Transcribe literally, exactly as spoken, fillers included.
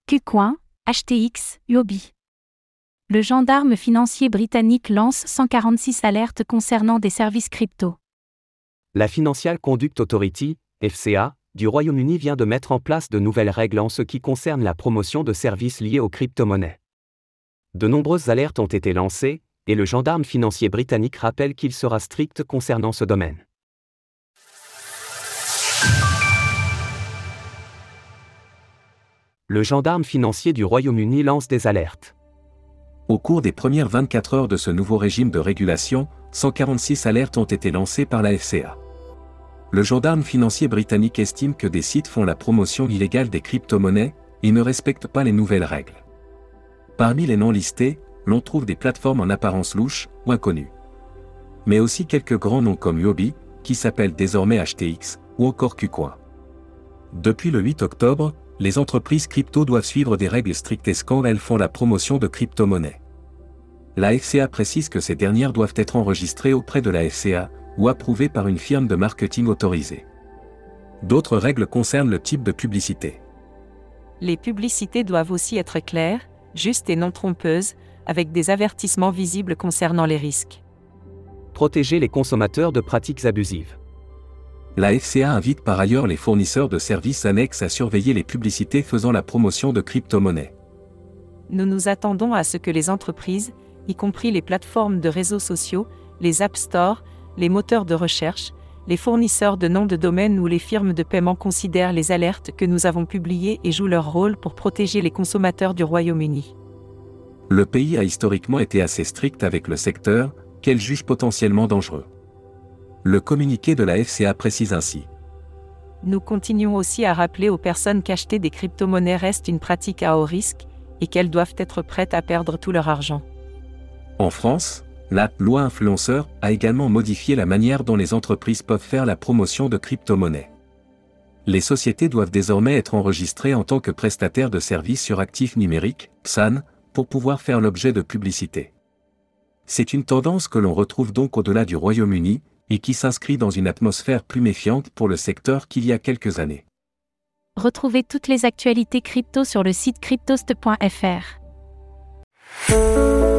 KuCoin, H T X, Huobi. Le gendarme financier britannique lance cent quarante-six alertes concernant des services crypto. La Financial Conduct Authority, F C A, du Royaume-Uni vient de mettre en place de nouvelles règles en ce qui concerne la promotion de services liés aux crypto-monnaies. De nombreuses alertes ont été lancées, et le gendarme financier britannique rappelle qu'il sera strict concernant ce domaine. Le gendarme financier du Royaume-Uni lance des alertes. Au cours des premières vingt-quatre heures de ce nouveau régime de régulation, cent quarante-six alertes ont été lancées par la F C A. Le gendarme financier britannique estime que des sites font la promotion illégale des crypto-monnaies et ne respectent pas les nouvelles règles. Parmi les non listés, l'on trouve des plateformes en apparence louches ou inconnues. Mais aussi quelques grands noms comme Huobi, qui s'appelle désormais H T X, ou encore KuCoin. Depuis le huit octobre, les entreprises crypto doivent suivre des règles strictes quand elles font la promotion de crypto-monnaies. La F C A précise que ces dernières doivent être enregistrées auprès de la F C A ou approuvées par une firme de marketing autorisée. D'autres règles concernent le type de publicité. Les publicités doivent aussi être claires, justes et non trompeuses, avec des avertissements visibles concernant les risques. Protéger les consommateurs de pratiques abusives. La F C A invite par ailleurs les fournisseurs de services annexes à surveiller les publicités faisant la promotion de crypto-monnaies. Nous nous attendons à ce que les entreprises, y compris les plateformes de réseaux sociaux, les App Store, les moteurs de recherche, les fournisseurs de noms de domaine ou les firmes de paiement considèrent les alertes que nous avons publiées et jouent leur rôle pour protéger les consommateurs du Royaume-Uni. Le pays a historiquement été assez strict avec le secteur, qu'elle juge potentiellement dangereux. Le communiqué de la F C A précise ainsi. Nous continuons aussi à rappeler aux personnes qu'acheter des crypto-monnaies reste une pratique à haut risque et qu'elles doivent être prêtes à perdre tout leur argent. En France, la loi influenceur a également modifié la manière dont les entreprises peuvent faire la promotion de crypto-monnaies. Les sociétés doivent désormais être enregistrées en tant que prestataires de services sur actifs numériques, P S A N, pour pouvoir faire l'objet de publicité. C'est une tendance que l'on retrouve donc au-delà du Royaume-Uni, et qui s'inscrit dans une atmosphère plus méfiante pour le secteur qu'il y a quelques années. Retrouvez toutes les actualités crypto sur le site cryptost point f r.